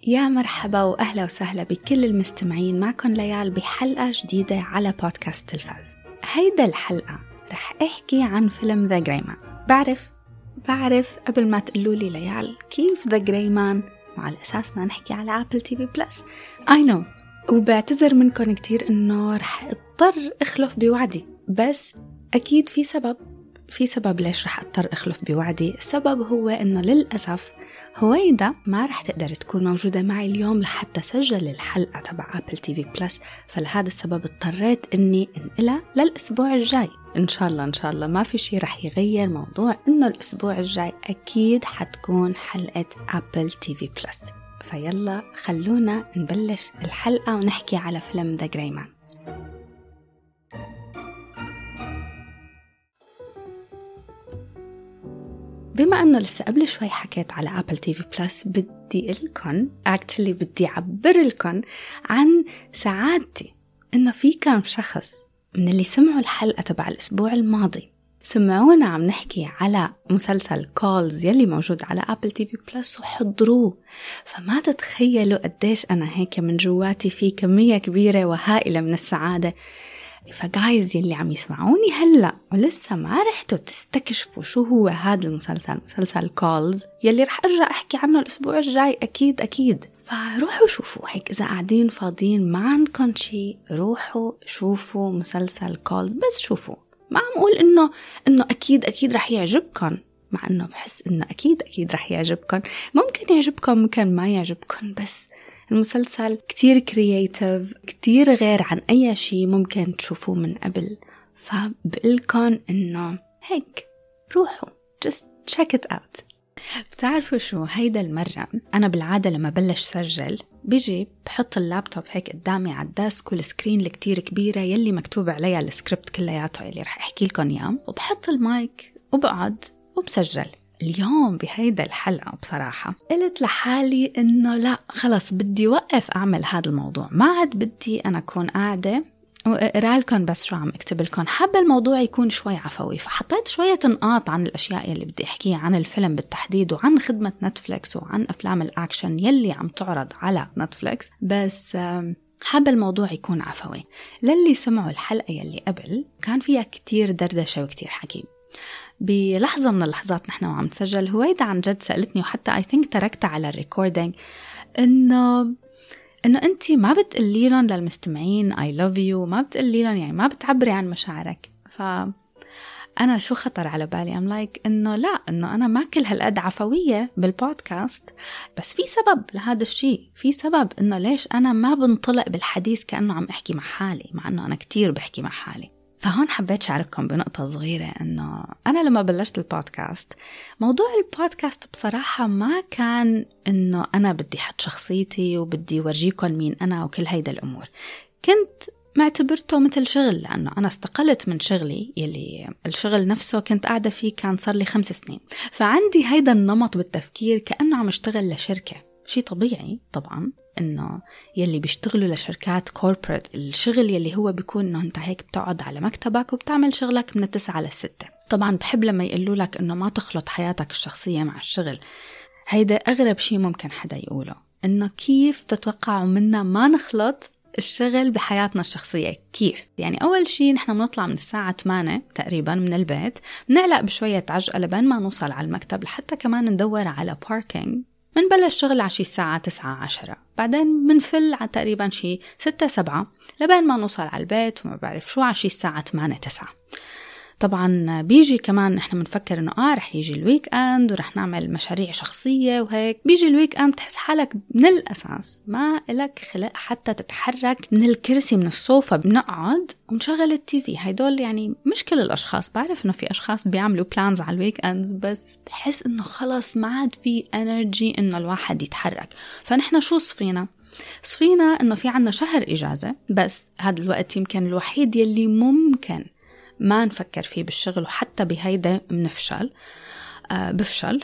يا مرحبا وأهلا وسهلا بكل المستمعين. معكم ليال بحلقة جديدة على بودكاست تلفاز. هيدا الحلقة رح أحكي عن فيلم ذا جراي مان. بعرف قبل ما تقولوا لي ليال كيف ذا جراي مان وعلى أساس ما نحكي على أبل تي في بلس. I know وبعتذر منكم كتير إنه رح اضطر أخلف بوعدي، بس أكيد في سبب ليش رح اضطر أخلف بوعدي. السبب هو إنه للأسف هويدا ما رح تقدر تكون موجودة معي اليوم لحتى سجل الحلقة تبع أبل تي في بلس، فلهذا السبب اضطريت إني انقلها للأسبوع الجاي. إن شاء الله ما في شي رح يغير موضوع إنه الأسبوع الجاي أكيد حتكون حلقة أبل تي في بلس. فيلا خلونا نبلش الحلقة ونحكي على فيلم ذا جراي مان. بما أنه لسه قبل شوي حكيت على أبل تي في بلس، بدي أعبر لكم عن سعادتي إنه في كم شخص من اللي سمعوا الحلقة تبع الأسبوع الماضي سمعونا عم نحكي على مسلسل كولز يلي موجود على أبل تي في بلس وحضروه. فما تتخيلوا قديش أنا هيك من جواتي في كمية كبيرة وهائلة من السعادة. فجايز يلي عم يسمعوني هلأ ولسه ما رحتوا تستكشفوا شو هو هذا مسلسل كولز يلي رح أرجع أحكي عنه الأسبوع الجاي أكيد. فروحوا شوفوا هيك إذا قاعدين فاضيين ما عندكم شي، روحوا شوفوا مسلسل كولز. بس شوفوا، ما عم أقول إنه أكيد رح يعجبكم، مع إنه بحس إنه أكيد رح يعجبكم. ممكن يعجبكم ممكن ما يعجبكم، بس المسلسل كتير كرياتيف، كتير غير عن أي شيء ممكن تشوفوه من قبل. فبقلكن إنه هيك روحوا just check it out. بتعرفوا شو، هيدا المرة أنا بالعادة لما بلش سجل بيجي بحط اللابتوب هيك قدامي على الديسك والسكرين الكتير كبيرة يلي مكتوب عليها السكريبت كلياته اللي رح أحكي لكم إياه، وبحط المايك وبقعد وبسجل. اليوم بهيدا الحلقة بصراحة قلت لحالي إنه لا خلص بدي وقف أعمل هذا الموضوع، ما عاد بدي أنا أكون قاعدة وأقرأ لكم بس شو عم أكتب لكم. حابة الموضوع يكون شوي عفوي، فحطيت شوية نقاط عن الأشياء اللي بدي أحكيها عن الفيلم بالتحديد وعن خدمة نتفليكس وعن أفلام الأكشن يلي عم تعرض على نتفليكس. بس حابة الموضوع يكون عفوي. للي سمعوا الحلقة يلي قبل كان فيها كتير دردشة وكتير حكي. بلحظة من اللحظات نحن وعم تسجل هويدا عن جد سألتني، وحتى I think تركتها على الريكوردينج، إنه أنتي ما بتقلي لهم للمستمعين I love you، ما بتقلي لهم، يعني ما بتعبري عن مشاعرك. فأنا شو خطر على بالي I'm like إنه لا، إنه أنا ما كل هالقد عفوية بالبودكاست، بس في سبب لهذا الشيء، في سبب إنه ليش أنا ما بنطلق بالحديث كأنه عم أحكي مع حالي، مع إنه أنا كتير بحكي مع حالي. فهون حبيت شارككم بنقطة صغيرة، إنه أنا لما بلشت البودكاست، موضوع البودكاست بصراحة ما كان إنه أنا بدي حط شخصيتي وبدي ورجيكم مين أنا وكل هيدا الأمور. كنت معتبرته مثل شغل، لأنه أنا استقلت من شغلي يلي الشغل نفسه كنت قاعدة فيه كان صار لي 5 سنين، فعندي هيدا النمط بالتفكير كأنه عم اشتغل لشركة. شيء طبيعي طبعا إنه يلي بيشتغلوا لشركات كوربريت، الشغل يلي هو بيكون إنه أنت هيك بتقعد على مكتبك وبتعمل شغلك من 9 ل 6. طبعا بحب لما يقولوا لك إنه ما تخلط حياتك الشخصية مع الشغل. هيدا أغرب شيء ممكن حدا يقوله، إنه كيف تتوقعوا منا ما نخلط الشغل بحياتنا الشخصية؟ كيف؟ يعني أول شيء نحن بنطلع من الساعة 8 تقريبا من البيت، بنعلق بشوية عجقة لبين ما نوصل على المكتب، لحتى كمان ندور على باركينج. منبلش شغل عشي الساعة 9-10، بعدين منفل على تقريبا شي 6-7 لبين ما نوصل على البيت، وما بعرف شو عشي الساعة 8-9. طبعا بيجي كمان نحن منفكر انه رح يجي الويك اند ورح نعمل مشاريع شخصية وهيك. بيجي الويك اند تحس حالك من الاساس ما لك خلق حتى تتحرك من الكرسي من الصوفة. بنقعد ونشغل التي في. هيدول يعني مش كل الاشخاص، بعرف انه في اشخاص بيعملوا بلانز على الويك اند، بس بحس انه خلص ما عاد في انرجي انه الواحد يتحرك. فنحن شو صفينا انه في عنا شهر اجازة، بس هذا الوقت يمكن الوحيد يلي ممكن ما نفكر فيه بالشغل، وحتى بهيدا بفشل.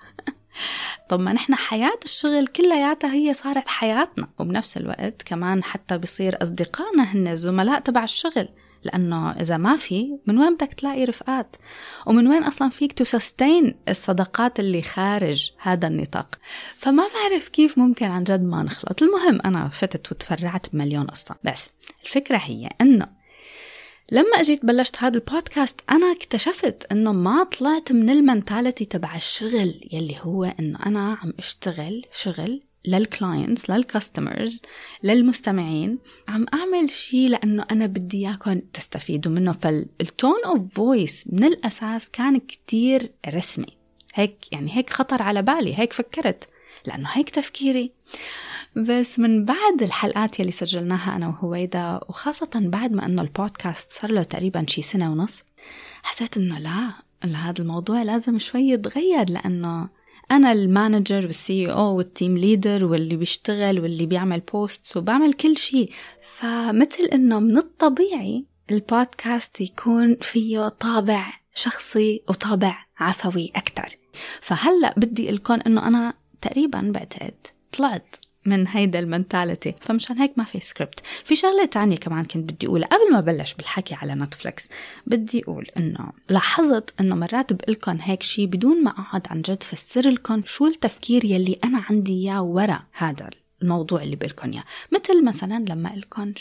طب ما نحن حياة الشغل كلياتها هي صارت حياتنا، وبنفس الوقت كمان حتى بيصير أصدقائنا هن الزملاء تبع الشغل. لأنه إذا ما في، من وين بدك تلاقي رفقات؟ ومن وين أصلا فيك تسستين الصداقات اللي خارج هذا النطاق؟ فما بعرف كيف ممكن عن جد ما نخلط. المهم أنا فتت وتفرعت بمليون قصة، بس الفكرة هي إنه لما أجيت بلشت هذا البودكاست أنا اكتشفت إنه ما طلعت من المنتاليتي تبع الشغل يلي هو إنه أنا عم أشتغل شغل للكلاينتس، للكاستمرز، للمستمعين، عم أعمل شيء لأنه أنا بدي إياكم تستفيدوا منه. فالتون أوف فويس من الأساس كان كتير رسمي، هيك خطر على بالي، هيك فكرت، لأنه هيك تفكيري. بس من بعد الحلقات يلي سجلناها أنا وهويدا، وخاصة بعد ما أنه البودكاست صار له تقريبا شي 1.5 سنة، حسيت أنه لا، هذا الموضوع لازم شوي يتغير، لأنه أنا المانجر والسي او والتيم ليدر واللي بيشتغل واللي بيعمل بوستس وبعمل كل شيء. فمثل أنه من الطبيعي البودكاست يكون فيه طابع شخصي وطابع عفوي أكتر. فهلأ بدي أقولكم أنه أنا تقريبا بعتقد طلعت من هيدا المنتاليتي، فمشان هيك ما في سكريبت. في شغلة تانية كمان كنت بدي أقولها قبل ما بلش بالحكي على نتفليكس. بدي أقول إنه لاحظت إنه مرات بقلكن هيك شي بدون ما أقعد عن جد فسر لكم شو التفكير يلي أنا عندي إياه ورا هذا الموضوع اللي بقلكن إياه. مثلا لما قلكن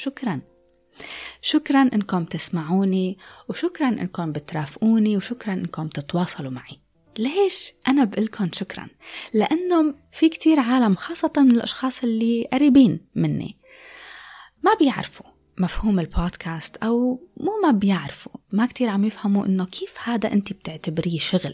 شكرا إنكم تسمعوني، وشكرا إنكم بترافقوني، وشكرا إنكم تتواصلوا معي. ليش أنا بقولكم شكرا؟ لأنه في كتير عالم، خاصة من الأشخاص اللي قريبين مني، ما بيعرفوا مفهوم البودكاست، أو ما بيعرفوا، ما كتير عم يفهموا إنه كيف هذا أنت بتعتبريه شغل،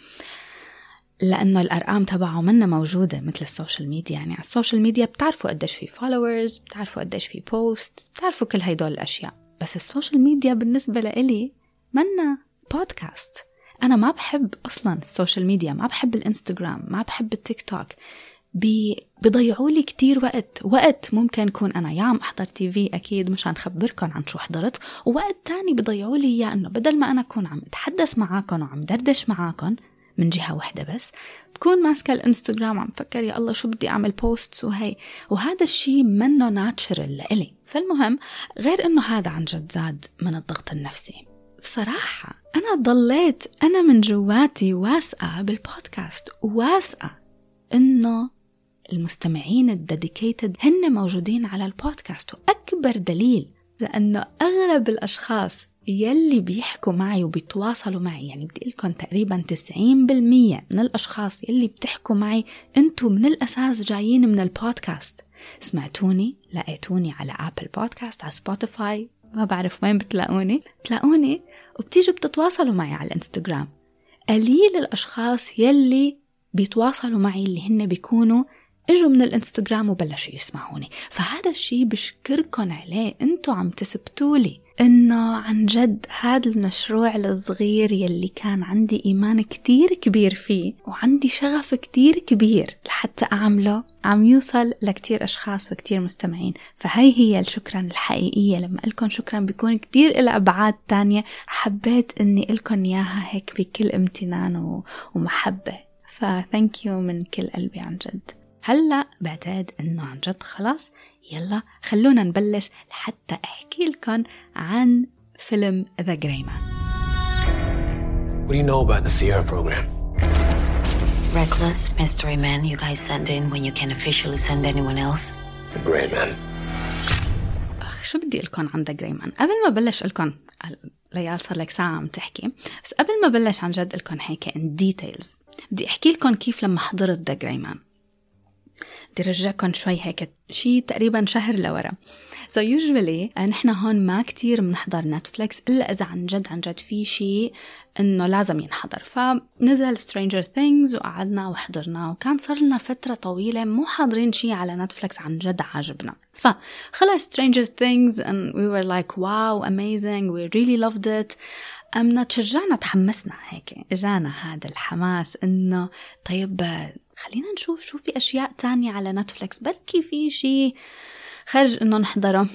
لأنه الأرقام تبعه منا موجودة مثل السوشيال ميديا. يعني على السوشيال ميديا بتعرفوا قديش في فولورز، بتعرفوا قديش في بوست، بتعرفوا كل هيدول الأشياء. بس السوشيال ميديا بالنسبة لإلي منا بودكاست. أنا ما بحب أصلاً السوشيال ميديا، ما بحب الإنستغرام، ما بحب التيك توك. بيضيعوا لي كتير وقت ممكن يكون أنا يا عم أحضر تي في أكيد مشان خبركن عن شو حضرت، ووقت تاني بيضيعوا لي إياه إنه بدل ما أنا أكون عم أتحدث معاكن وعم دردش معاكن من جهة واحدة بس، بكون ماسكة الإنستغرام عم فكر يا الله شو بدي أعمل بوستس وهذا الشيء منه ناتشرل لإلي. فالمهم، غير إنه هذا عن جد زاد من الضغط النفسي. بصراحة أنا ضليت أنا من جواتي واثقة بالبودكاست، وواثقة إنه المستمعين الديديكيتد هن موجودين على البودكاست. وأكبر دليل لأنه أغلب الأشخاص يلي بيحكوا معي وبيتواصلوا معي، يعني بدي لكم تقريبا 90% من الأشخاص يلي بتحكوا معي أنتوا من الأساس جايين من البودكاست. سمعتوني، لقيتوني على آبل بودكاست، على سبوتيفاي، ما بعرف وين بتلاقوني وبتيجوا بتتواصلوا معي على الانستغرام. قليل الأشخاص يلي بيتواصلوا معي اللي هن بيكونوا اجوا من الانستغرام وبلشوا يسمعوني. فهذا الشيء بشكركن عليه، انتوا عم تثبتولي انه عن جد هذا المشروع الصغير يلي كان عندي ايمان كتير كبير فيه وعندي شغف كتير كبير لحتى اعمله عم يوصل لكتير اشخاص وكتير مستمعين. فهي هي الشكرا الحقيقية. لما قلكن شكرا بيكون كتير إلى أبعاد تانية، حبيت اني قلكن اياها هيك بكل امتنان ومحبة. فثانك يو من كل قلبي عن جد. هلأ بعتقد انه عن جد خلاص، يلا خلونا نبلش لحتى احكي لكم عن فيلم The Gray Man. What do you know about the Sierra program? Reckless mystery men you guys send in when you can't officially send anyone else. The Gray Man. شو بدي لكم عن The Gray Man؟ قبل ما بلش لكم، ليال صار لك ساعة عم تحكي، بس قبل ما بلش عن جد لكم هيك in details، بدي احكي لكم كيف لما حضرت The Gray Man. بدي رجعكم شوي هيك شي تقريبا شهر لورا. So usually نحن هون ما كتير بنحضر نتفليكس إلا إذا عن جد في شي إنه لازم ينحضر. فنزل Stranger Things وقعدنا وحضرنا، وكان صار لنا فترة طويلة مو حاضرين شي على نتفليكس عن جد عجبنا. فخلص Stranger Things and we were like wow amazing, we really loved it. أمنا تشجعنا، تحمسنا، هيك جانا هذا الحماس إنه طيب خلينا نشوف شو في أشياء تانية على نتفليكس، بركي في شي خرج إنه نحضره.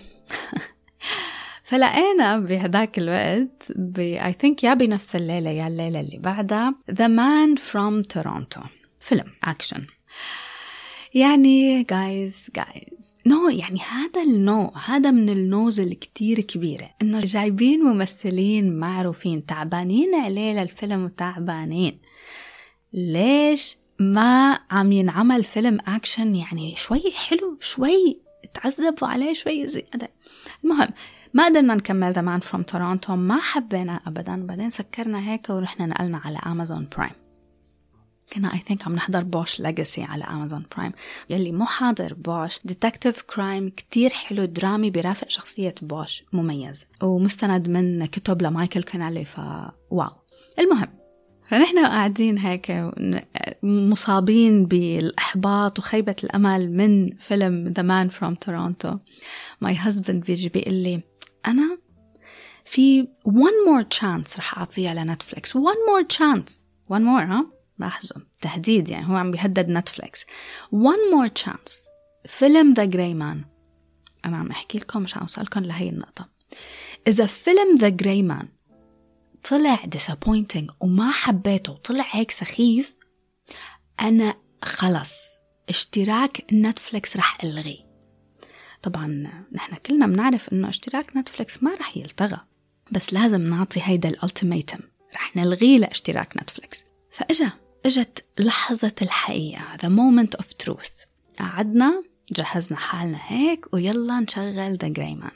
فلقينا بهداك الوقت I think يا بنفس الليلة يا الليلة اللي بعدها The Man from Toronto، فيلم أكشن. يعني guys يعني هذا من النوز الكتير كبيرة، إنه جايبين ممثلين معروفين تعبانين عليه للفيلم وتعبانين، ليش ما عم ينعمل فيلم أكشن يعني شوي حلو، شوي تعذبوا عليه شوي زيادة؟ المهم ما قدرنا نكمل The Man From Toronto، ما حبينا أبدا. بعدين سكرنا هيك ورحنا نقلنا على أمازون برايم. كنا I think عم نحضر بوش ليجاسي على أمازون برايم. يلي مو حاضر بوش، ديتكتيف كرايم كتير حلو، درامي برافق شخصية بوش مميز، ومستند من كتب لمايكل كونيلي، واو. المهم فنحن قاعدين هيك مصابين بالإحباط وخيبة الأمل من فيلم The Man From Toronto. My husband بيجي بيقول لي أنا في one more chance رح أعطيها لنتفليكس. one more ها؟ لاحظوا تهديد، يعني هو عم بيهدد نتفليكس. one more chance فيلم The Gray Man. أنا عم أحكي لكم مش أوصلكم لهي النقطة. إذا فيلم The Gray Man طلع disappointing وما حبيته، طلع هيك سخيف، أنا خلص اشتراك نتفليكس رح ألغي. طبعا نحن كلنا بنعرف إنه اشتراك نتفليكس ما رح يلتغى، بس لازم نعطي هيدا الالتيميتم، رح نلغيه لاشتراك نتفليكس. فإجت لحظة الحقيقة، the moment of truth. قعدنا جهزنا حالنا هيك ويلا نشغل The Gray Man.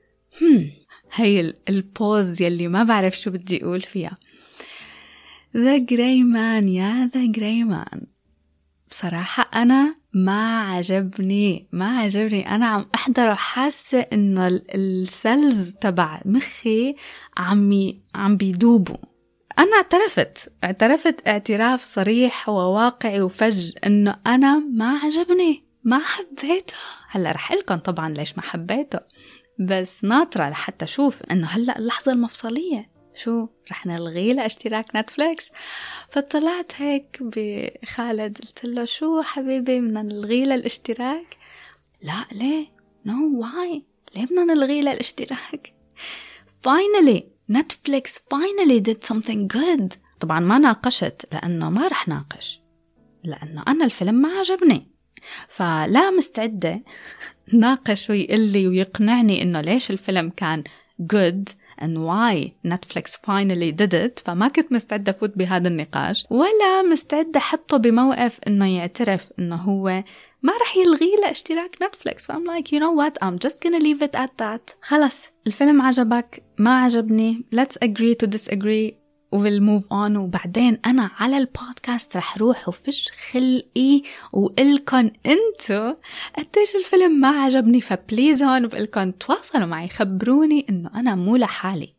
هي البوز يلي ما بعرف شو بدي أقول فيها. The Gray Man يا The Gray Man، بصراحة أنا ما عجبني. أنا عم أحضر وحاسة إنه السيلز تبع مخي عم بيدوبوا. أنا اعترفت اعتراف صريح وواقعي وفج إنه أنا ما عجبني، ما حبيته. هلأ رح لكم طبعا ليش ما حبيته، بس ناطرة لحتى أشوف إنه هلأ اللحظة المفصلية شو رح نلغي لاشتراك نتفليكس. فطلعت هيك بخالد قلت له شو حبيبي بدنا نلغي للاشتراك؟ لا ليه؟ why؟ ليه بدنا نلغي للاشتراك؟ finally Netflix finally did something good. طبعا ما ناقشت، لأنه ما رح ناقش، لأنه أنا الفيلم ما عجبني، فلا مستعدة ناقش ويقول لي ويقنعني إنه ليش الفيلم كان good and why Netflix finally did it. فما كنت مستعدة أفوت بهذا النقاش، ولا مستعدة حطه بموقف إنه يعترف إنه هو ما رح يلغي لاشتراك نتفليكس. I'm like you know what, I'm just gonna leave it at that. خلص الفيلم عجبك ما عجبني، let's agree to disagree we'll move on. وبعدين أنا على البودكاست رح روح وفش خلقي وقلكن انتو قديش الفيلم ما عجبني. فبليز هون بقلكن تواصلوا معي، خبروني إنه أنا مو لحالي.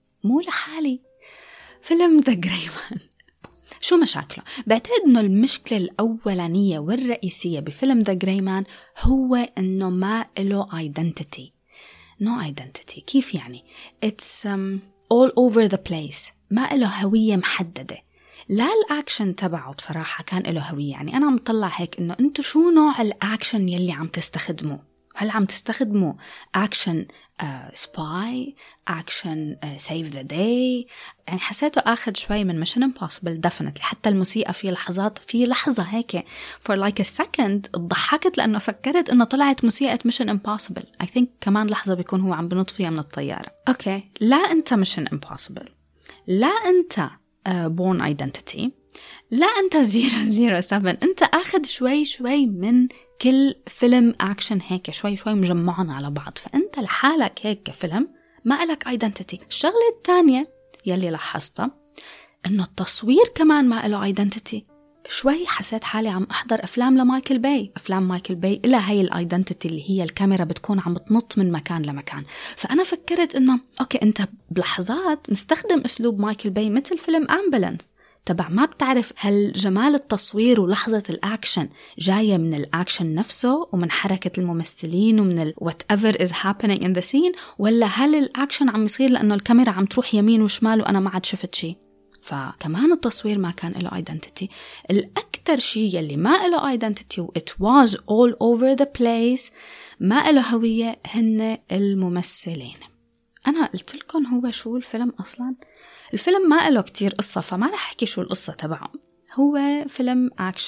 فيلم The Gray Man شو مشاكله؟ بعتقد إنه المشكلة الأولانية والرئيسية بفيلم The Gray Man هو إنه ما له identity. no identity. كيف يعني؟ it's all over the place، ما له هوية محددة. لا الأكشن تبعه بصراحة كان له هوية. يعني أنا عم طلع هيك إنه أنتو شو نوع الأكشن يلي عم تستخدموه؟ هل عم تستخدموا أكشن سباي، أكشن سيف ذا داي؟ يعني حسيته أخذ شوي من Mission Impossible definitely. حتى الموسيقى في لحظة هيك for like a second ضحكت، لأنه فكرت إنه طلعت موسيقى Mission Impossible. I think كمان لحظة بيكون هو عم بنط فيها من الطيارة. أوكي، لا أنت Mission Impossible، لا أنت Born Identity، لا أنت 007. أنت أخذ شوي من كل فيلم أكشن هيك شوي مجمعون على بعض. فأنت لحالك هيك كفيلم ما لك identity. الشغلة الثانية يلي لاحظتها إنه التصوير كمان ما له identity. شوي حسيت حالي عم أحضر أفلام لمايكل باي. أفلام مايكل باي إلا هي الايدنتيتي اللي هي الكاميرا بتكون عم تنط من مكان لمكان. فأنا فكرت إنه أوكي أنت بلحظات مستخدم أسلوب مايكل باي مثل فيلم أمبولانس تبع ما بتعرف هل جمال التصوير ولحظة الأكشن جاية من الأكشن نفسه ومن حركة الممثلين ومن whatever is happening in the scene، ولا هل الأكشن عم يصير لأنه الكاميرا عم تروح يمين وشمال وأنا ما عاد شفت شيء. فكمان التصوير ما كان له identity. الأكثر شيء يلي ما له identity و it was all over the place، ما له هوية، هن الممثلين. أنا قلت لكم هو شو الفيلم أصلاً؟ الفيلم ما له كتير قصة، فما رح أحكي شو القصة تبعه. هو فيلم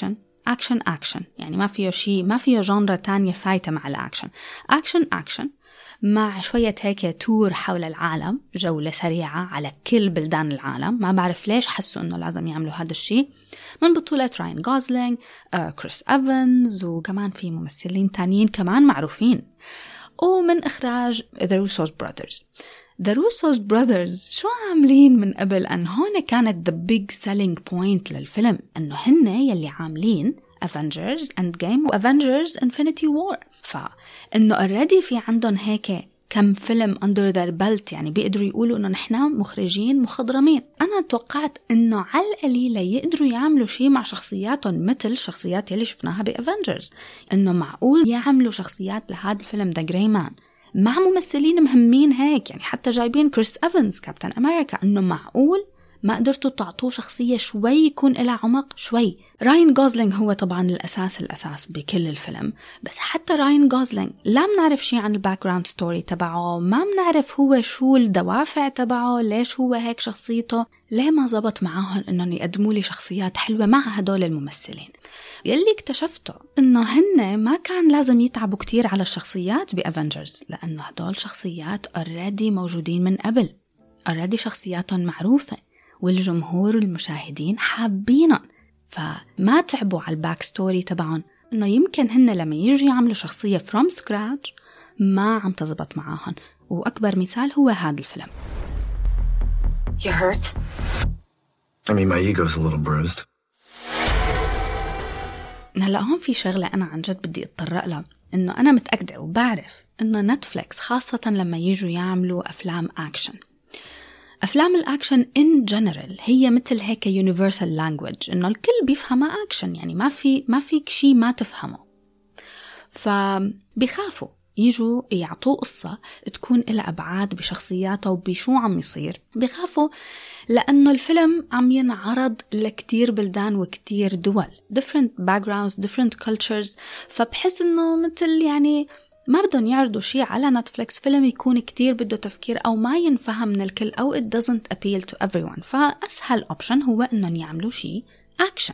أكشن يعني ما فيه شيء، ما فيه جانرا تانية فايتة مع الأكشن. أكشن مع شوية هيك تور حول العالم، جولة سريعة على كل بلدان العالم. ما بعرف ليش حسوا إنه لازم يعملوا هذا الشيء. من بطولة راين غوزلينج، كريس إيفنز، وكمان في ممثلين تانيين كمان معروفين. ومن إخراج The Russo Brothers. The Russo Brothers شو عاملين من قبل؟ أن هون كانت the big selling point للفيلم، أنه هن يلي عاملين Avengers Endgame و Avengers Infinity War. فإنه already في عندهم هيك كم فيلم under their belt، يعني بيقدروا يقولوا إنه نحنا مخرجين مخضرمين. أنا توقعت إنه على القليلة يقدروا يعملوا شيء مع شخصياتهم مثل شخصيات يلي شفناها بأفنجرز، إنه معقول يعملوا شخصيات لهذا الفيلم The Gray Man مع ممثلين مهمين هيك، يعني حتى جايبين كريس إيفنز كابتن أمريكا. إنه معقول ما قدرتوا تعطوه شخصية شوي يكون لها عمق شوي. راين غوزلينج هو طبعا الأساس بكل الفيلم، بس حتى راين غوزلينج لا منعرف شيء عن الباك جراوند ستوري تبعه، ما منعرف هو شو الدوافع تبعه، ليش هو هيك شخصيته، ليه ما زبط معاهم إنهم يقدموا لي شخصيات حلوة مع هدول الممثلين. يلي اكتشفته إنه هن ما كان لازم يتعبوا كتير على الشخصيات بأفنجرز، لأنه هدول شخصيات already موجودين من قبل، already شخصياتهم معروفة والجمهور والمشاهدين حابينهم، فما تعبوا على الباك ستوري تبعهم. إنه يمكن هن لما يجوا يعملوا شخصية from scratch ما عم تزبط معاهم. وأكبر مثال هو هذا الفيلم. You hurt? I mean, my ego's a little bruised. هلأ هون في شغلة أنا عن جد بدي أتطرق لها، إنه أنا متأكدة وبعرف إنه نتفليكس خاصة لما يجوا يعملوا أفلام أكشن، أفلام الأكشن in general هي مثل هيك universal language، إنه الكل بيفهمها أكشن، يعني ما فيك شيء ما تفهمه. فبيخافوا يجوا يعطوا قصة تكون إلى أبعاد بشخصياته وبشو عم يصير. بيخافوا لأنه الفيلم عم ينعرض لكتير بلدان وكتير دول، different backgrounds different cultures. فبحس إنه مثل يعني ما بدهم يعرضوا شيء على نتفليكس فيلم يكون كتير بده تفكير أو ما ينفهم من الكل أو it doesn't appeal to everyone. فأسهل option هو إنهم يعملوا شيء أكشن.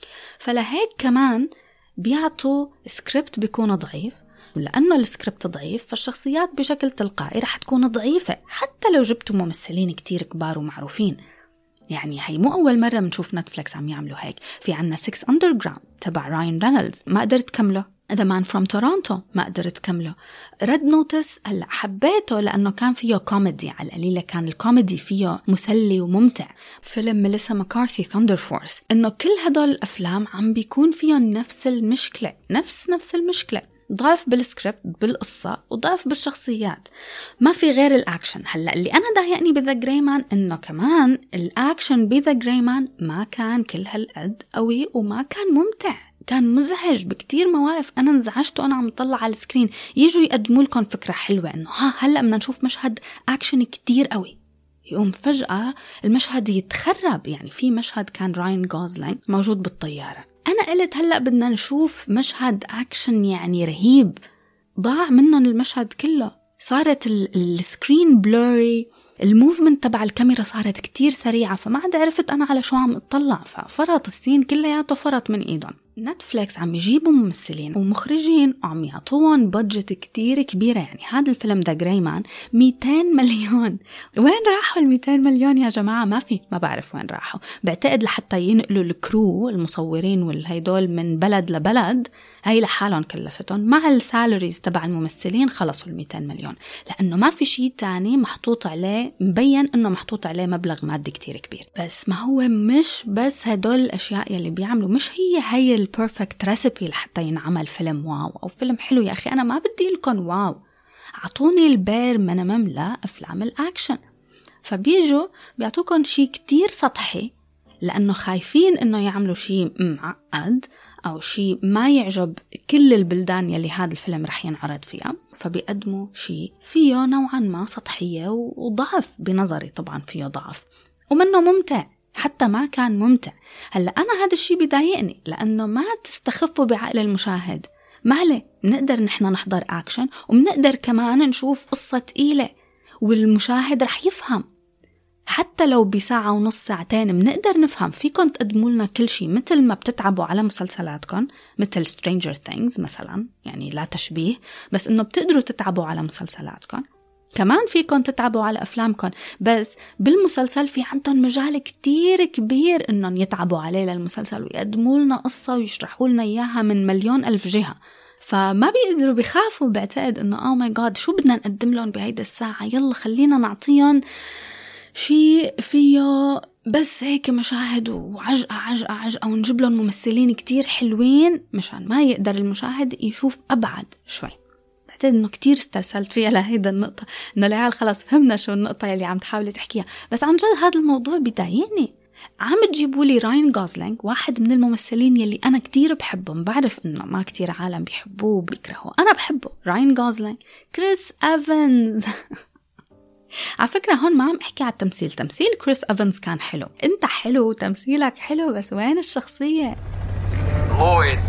فلهيك كمان بيعطوا سكريبت بيكون ضعيف، ولأنه السكريبت ضعيف فالشخصيات بشكل تلقائي رح تكون ضعيفة حتى لو جبتوا ممثلين كتير كبار ومعروفين. يعني هي مو أول مرة منشوف نتفليكس عم يعملوا هيك. في عنا 6 Underground تبع راين رينولدز ما قدرت كمله، The Man from Toronto ما قدرت كمله، Red Notice هلأ حبيته لأنه كان فيه كوميدي، على القليلة كان الكوميدي فيه مسلي وممتع. فيلم ميليسا مكارثي Thunder Force، إنه كل هدول الأفلام عم بيكون فيهم نفس المشكلة، نفس المشكلة، ضعف بالسكريبت بالقصة وضعف بالشخصيات، ما في غير الأكشن. هلأ اللي أنا ضايقني بذا جراي مان إنه كمان الأكشن بذا جراي مان ما كان كل هالقد قوي وما كان ممتع، كان مزعج بكتير مواقف. أنا انزعجت وأنا عم طلع على السكرين. يجوا يقدموا لكم فكرة حلوة إنه هلأ بدنا نشوف مشهد أكشن كتير قوي، يقوم فجأة المشهد يتخرب. يعني في مشهد كان راين غوزلينج موجود بالطيارة، أنا قلت هلأ بدنا نشوف مشهد أكشن يعني رهيب، ضاع منهم المشهد كله. صارت السكرين بلوري، الموفمنت تبع الكاميرا صارت كتير سريعة، فما عاد عرفت أنا على شو عم أطلع، ففرط السين كلياته فرط من إيدهم. نتفليكس عم يجيبوا ممثلين ومخرجين وعم يعطوهم بادجت كتير كبيرة. يعني هذا الفيلم ده جراي مان 200 مليون. وين راحوا 200 مليون يا جماعة؟ ما بعرف وين راحوا. بعتقد لحتى ينقلوا الكرو المصورين والهيدول من بلد لبلد، هاي لحالهم كلفتهم مع السالاريز تبع الممثلين خلصوا 200 مليون، لأنه ما في شيء تاني محطوط عليه، مبين أنه محطوط عليه مبلغ مادي كتير كبير. بس ما هو مش بس هدول الأشياء يلي بيعملوا، مش هي البرفكت ريسيبي لحتى ينعمل فيلم واو أو فيلم حلو. يا أخي أنا ما بدي لكم واو، عطوني البير منمم لأفلام الأكشن. فبيجوا بيعطوكم شيء كتير سطحي لأنه خايفين أنه يعملوا شيء معقد أو شيء ما يعجب كل البلدان يلي هذا الفيلم رح ينعرض فيها، فبيقدموا شيء فيه نوعا ما سطحية وضعف. بنظري طبعا فيه ضعف ومنه ممتع حتى ما كان ممتع. هلأ أنا هذا الشيء بيضايقني لأنه ما تستخفوا بعقل المشاهد. معلي بنقدر نحن نحضر أكشن وبنقدر كمان نشوف قصة تقيلة والمشاهد رح يفهم. حتى لو بساعة ونص ساعتين بنقدر نفهم. فيكم تقدموا لنا كل شيء مثل ما بتتعبوا على مسلسلاتكم مثل Stranger Things مثلا، يعني لا تشبيه، بس إنه بتقدروا تتعبوا على مسلسلاتكم. كمان فيكم تتعبوا على أفلامكم، بس بالمسلسل في عندهم مجال كتير كبير إنهم يتعبوا عليه للمسلسل ويقدموا لنا قصة ويشرحوا لنا إياها من مليون ألف جهة. فما بيقدروا، بيخافوا، بعتقد إنه oh my god شو بدنا نقدم لهم بهيدا الساعة، يلا خلينا نعطيهم شيء فيه بس هيك مشاهد وعجقة ونجيب لهم ممثلين كتير حلوين مشان ما يقدر المشاهد يشوف أبعد شوي. بعتقد إنه كتير استرسلت فيها لهيدا النقطة، إنه العيال خلاص فهمنا شو النقطة يلي عم تحاولي تحكيها، بس عن جد هذا الموضوع بيضايقني. عم تجيبوا لي راين غوزلينج، واحد من الممثلين يلي أنا كتير بحبهم، بعرف إنه ما كتير عالم بيحبوه وبيكرهوه، أنا بحبه. راين غوزلينج، كريس إيفنز على فكرة هون ما عم أحكي على التمثيل، تمثيل كريس إيفنز كان حلو، أنت حلو وتمثيلك حلو، بس وين الشخصية؟ Lloyd.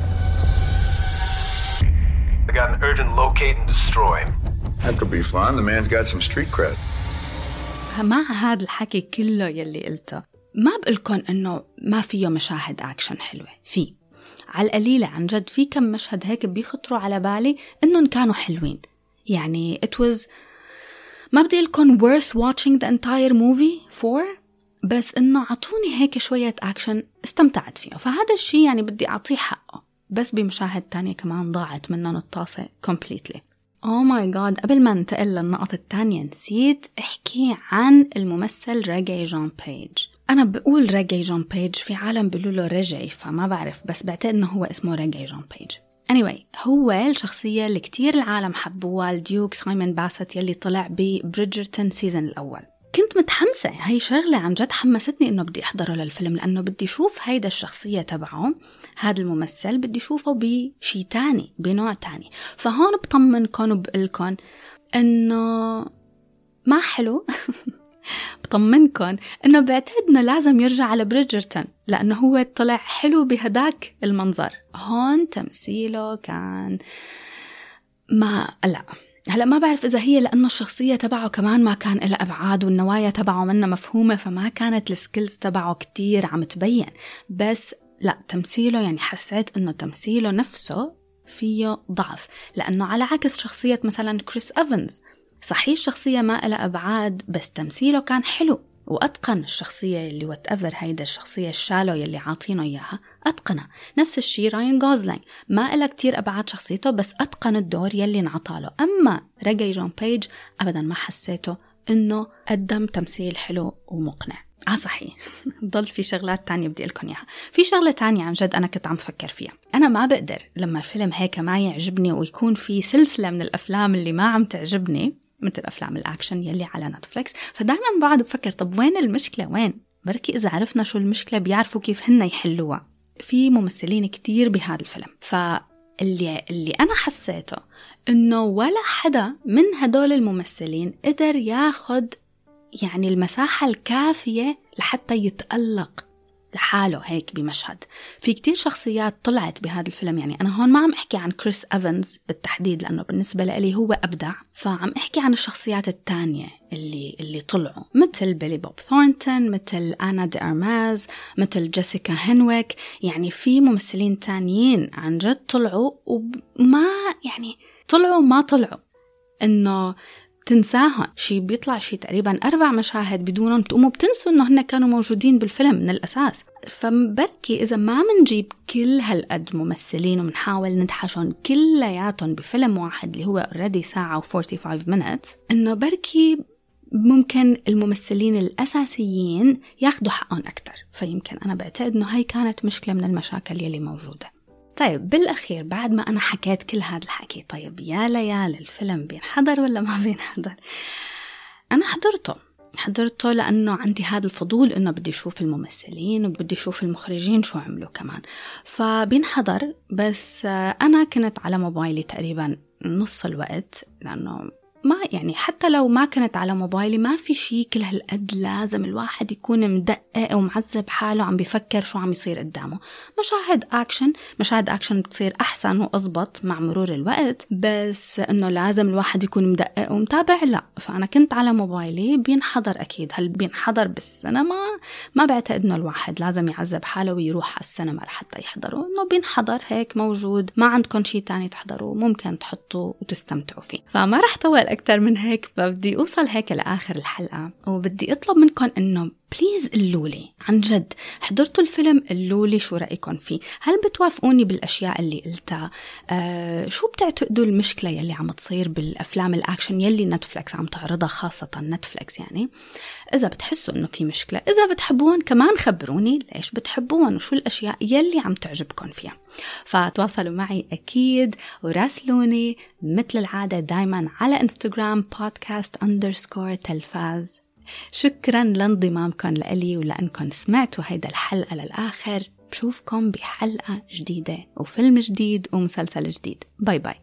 I got an urgent locate and destroy. That could be fun. The man's got some street cred. مع هذا الحكي كله يلي قلته، ما بقولكن إنه ما فيه مشاهد أكشن حلوة، في على القليلة عن جد في كم مشهد هيك بيخطروا على بالي إنهم كانوا حلوين. يعني it was، ما بدي لكم worth watching the entire movie for، بس إنه عطوني هيك شوية أكشن استمتعت فيه، فهذا الشيء يعني بدي أعطيه حقه. بس بمشاهد تانية كمان ضاعت منهم الطاسة completely. oh my god، قبل ما ننتقل للنقطة التانية نسيت أحكي عن الممثل ريجي جون بيج. أنا بقول ريجي جون بيج، في عالم بيقولوا له ريجي فما بعرف، بس بعتقد إنه هو اسمه ريجي جون بيج. anyway، هو الشخصية اللي كتير العالم حبوها، الديوك سايمون باسيت يلي طلع ببريدجرتون سيزن الأول. كنت متحمسة، هاي شغلة عن جد حمستني إنه بدي أحضره للفيلم، لأنه بدي شوف هيدا الشخصية تبعه، هذا الممثل بدي شوفه بشي تاني، بنوع تاني. فهون بطمنكن وبقلكن إنه ما حلو بطمنكن إنه بعتقد إنه لازم يرجع على بريدجرتون، لأنه هو طلع حلو بهداك المنظر. هون تمثيله كان لا هلأ ما بعرف إذا هي لأنه الشخصية تبعه كمان ما كان إلها أبعاد والنوايا تبعه منا مفهومة، فما كانت السكيلز تبعه كتير عم تبين. بس لا، تمثيله يعني حسيت إنه تمثيله نفسه فيه ضعف، لأنه على عكس شخصية مثلا كريس إيفنز، صحيح الشخصية ما إلها أبعاد بس تمثيله كان حلو وأتقن الشخصية اللي whatever هيدا الشخصية الشالو يلي عاطينه إياها أتقنها. نفس الشيء راين غوزلينج، ما إلها كتير أبعاد شخصيته بس أتقن الدور يلي نعطاله. أما ريجي جون بيج أبدا ما حسيته إنه قدم تمثيل حلو ومقنع. صحيح ضل في شغلات تانية بدي لكم إياها. في شغلة تانية عن جد أنا كنت عم فكر فيها، أنا ما بقدر لما الفيلم هيك ما يعجبني ويكون في سلسلة من الأفلام اللي ما عم تعجبني مثل أفلام الأكشن يلي على نتفليكس، فدايما بعد بفكر طب وين المشكلة، وين؟ بركي إذا عرفنا شو المشكلة بيعرفوا كيف هن يحلوها. في ممثلين كتير بهذا الفيلم، فاللي أنا حسيته إنه ولا حدا من هدول الممثلين قدر ياخد يعني المساحة الكافية لحتى يتألق لحاله هيك بمشهد. في كتير شخصيات طلعت بهذا الفيلم، يعني أنا هون ما عم أحكي عن كريس إيفنز بالتحديد لأنه بالنسبة لي هو أبدع، فعم أحكي عن الشخصيات التانية اللي طلعوا، مثل بيلي بوب ثورنتون، مثل آنا دي أرماز، مثل جيسيكا هنويك. يعني في ممثلين تانيين عن جد طلعوا وما يعني طلعوا ما طلعوا إنه تنساها، بيطلع تقريبا 4 مشاهد بدونهم تقوموا بتنسوا إنه هن كانوا موجودين بالفيلم من الأساس. فبركي إذا ما منجيب كل هالقد ممثلين ومنحاول ندحشهم كلياتهم بفيلم واحد اللي هو already ساعة و45 minutes، إنه بركي ممكن الممثلين الأساسيين ياخدوا حقهم أكتر. فيمكن أنا بعتقد إنه هاي كانت مشكلة من المشاكل يلي موجودة. طيب بالأخير بعد ما أنا حكيت كل هذا الحكي، طيب يا ليال الفيلم بينحضر ولا ما بينحضر؟ أنا حضرته لأنه عندي هذا الفضول إنه بدي أشوف الممثلين وبدي أشوف المخرجين شو عملوا كمان، فبينحضر. بس أنا كنت على موبايلي تقريبا نص الوقت، لأنه ما يعني حتى لو ما كنت على موبايلي ما في شيء كل هالقد لازم الواحد يكون مدقق ومعذب حاله عم بيفكر شو عم يصير قدامه. مشاهد أكشن بتصير أحسن وأضبط مع مرور الوقت، بس إنه لازم الواحد يكون مدقق ومتابع لا. فأنا كنت على موبايلي بينحضر أكيد، هل بينحضر بالسينما؟ ما بعتقد إنه الواحد لازم يعذب حاله ويروح على السينما لحتى يحضره، إنه بينحضر هيك موجود، ما عندكم شيء تاني تحضروه ممكن تحطوه وتستمتعوا فيه. فما رح طول أكتر من هيك، فبدي أوصل هيك لآخر الحلقة وبدي أطلب منكم إنه بليز قلولي عن جد حضرتوا الفيلم، قلولي شو رأيكم فيه، هل بتوافقوني بالأشياء اللي قلتها، شو بتعتقدوا المشكلة يلي عم تصير بالأفلام الأكشن يلي نتفليكس عم تعرضها، خاصة نتفليكس يعني. إذا بتحسوا إنه في مشكلة، إذا بتحبون كمان خبروني ليش بتحبون وشو الأشياء يلي عم تعجبكم فيها. فتواصلوا معي أكيد وراسلوني مثل العادة دايما على انستغرام podcast_تلفاز. شكرا لانضمامكم لإلي ولأنكم سمعتوا هيدا الحلقة للآخر. بشوفكم بحلقة جديدة وفيلم جديد ومسلسل جديد. باي باي.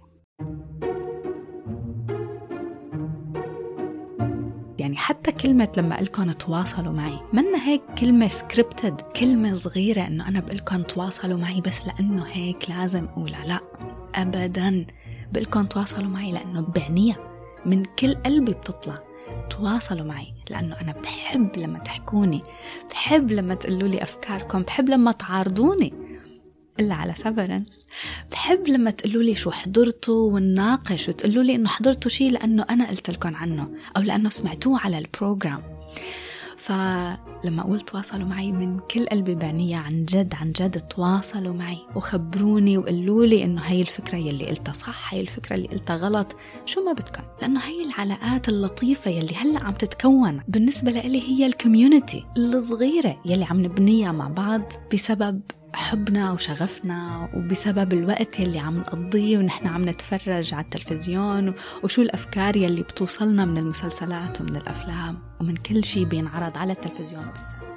يعني حتى كلمة لما قلكم تواصلوا معي منا هيك كلمة سكريبتد، كلمة صغيرة إنه أنا بقلكم تواصلوا معي بس لأنه هيك لازم أقولها، لا أبدا. بقلكم تواصلوا معي لأنه بعنيها من كل قلبي بتطلع. تواصلوا معي لأنه أنا بحب لما تحكوني، بحب لما تقولوا لي أفكاركم، بحب لما تعارضوني إلا على سيفرنس، بحب لما تقولوا لي شو حضرتوا ونناقش وتقولوا لي إنه حضرتوا شيء لأنه أنا قلت لكم عنه أو لأنه سمعتوه على البروجرام. فلما أقول تواصلوا معي من كل قلبي بعنية، عن جد تواصلوا معي وخبروني وقولوا لي إنه هاي الفكرة يلي قلتها صح، هاي الفكرة اللي قلتها غلط، شو ما بدكم، لأنه هاي العلاقات اللطيفة يلي هلأ عم تتكون بالنسبة لي هي الكوميونيتي الصغيرة يلي عم نبنيها مع بعض بسبب حبنا وشغفنا وبسبب الوقت يلي عم نقضيه ونحن عم نتفرج على التلفزيون، وشو الأفكار يلي بتوصلنا من المسلسلات ومن الأفلام ومن كل شيء بينعرض على التلفزيون وبالسينما.